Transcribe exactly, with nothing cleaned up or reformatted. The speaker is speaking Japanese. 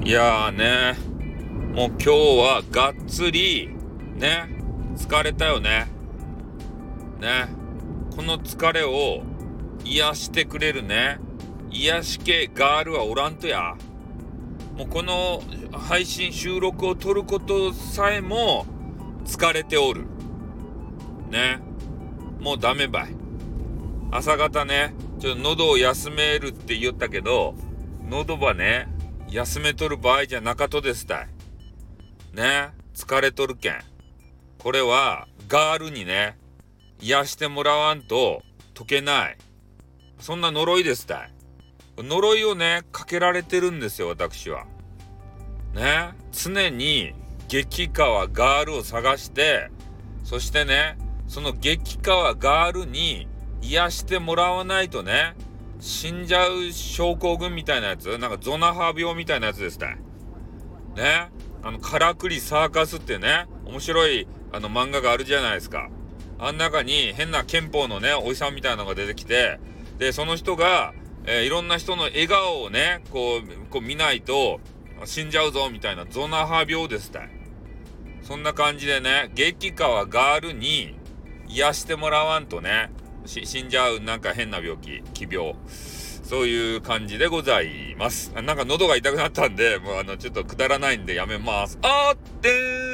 いやーね、もう今日はがっつりね、疲れたよね。ね、この疲れを癒してくれるね、癒し系ガールはおらんとや。もうこの配信収録を撮ることさえも疲れておる。ね、もうダメばい。朝方ね、ちょっと喉を休めるって言ったけど、喉ばね、休めとる場合じゃなかとですたい。ね、疲れとるけん。これはガールにね、癒してもらわんと解けない。そんな呪いですたい。呪いをね、かけられてるんですよ、私は。ね、常に激川ガールを探して、そしてね、その激川ガールに癒してもらわないとね、死んじゃう症候群みたいなやつ、なんかゾナハ病みたいなやつですたい。ね、あのカラクリサーカスってね、面白いあの漫画があるじゃないですか。あん中に変な憲法のね、おじさんみたいなのが出てきて、でその人が、えー、いろんな人の笑顔をね、こうこう見ないと死んじゃうぞみたいなゾナハ病ですたい。そんな感じでね、激川ガールに癒してもらわんとね、し死んじゃうなんか変な病気、奇病、そういう感じでございます。なんか喉が痛くなったんで、もうあのちょっとくだらないんでやめます。あーってー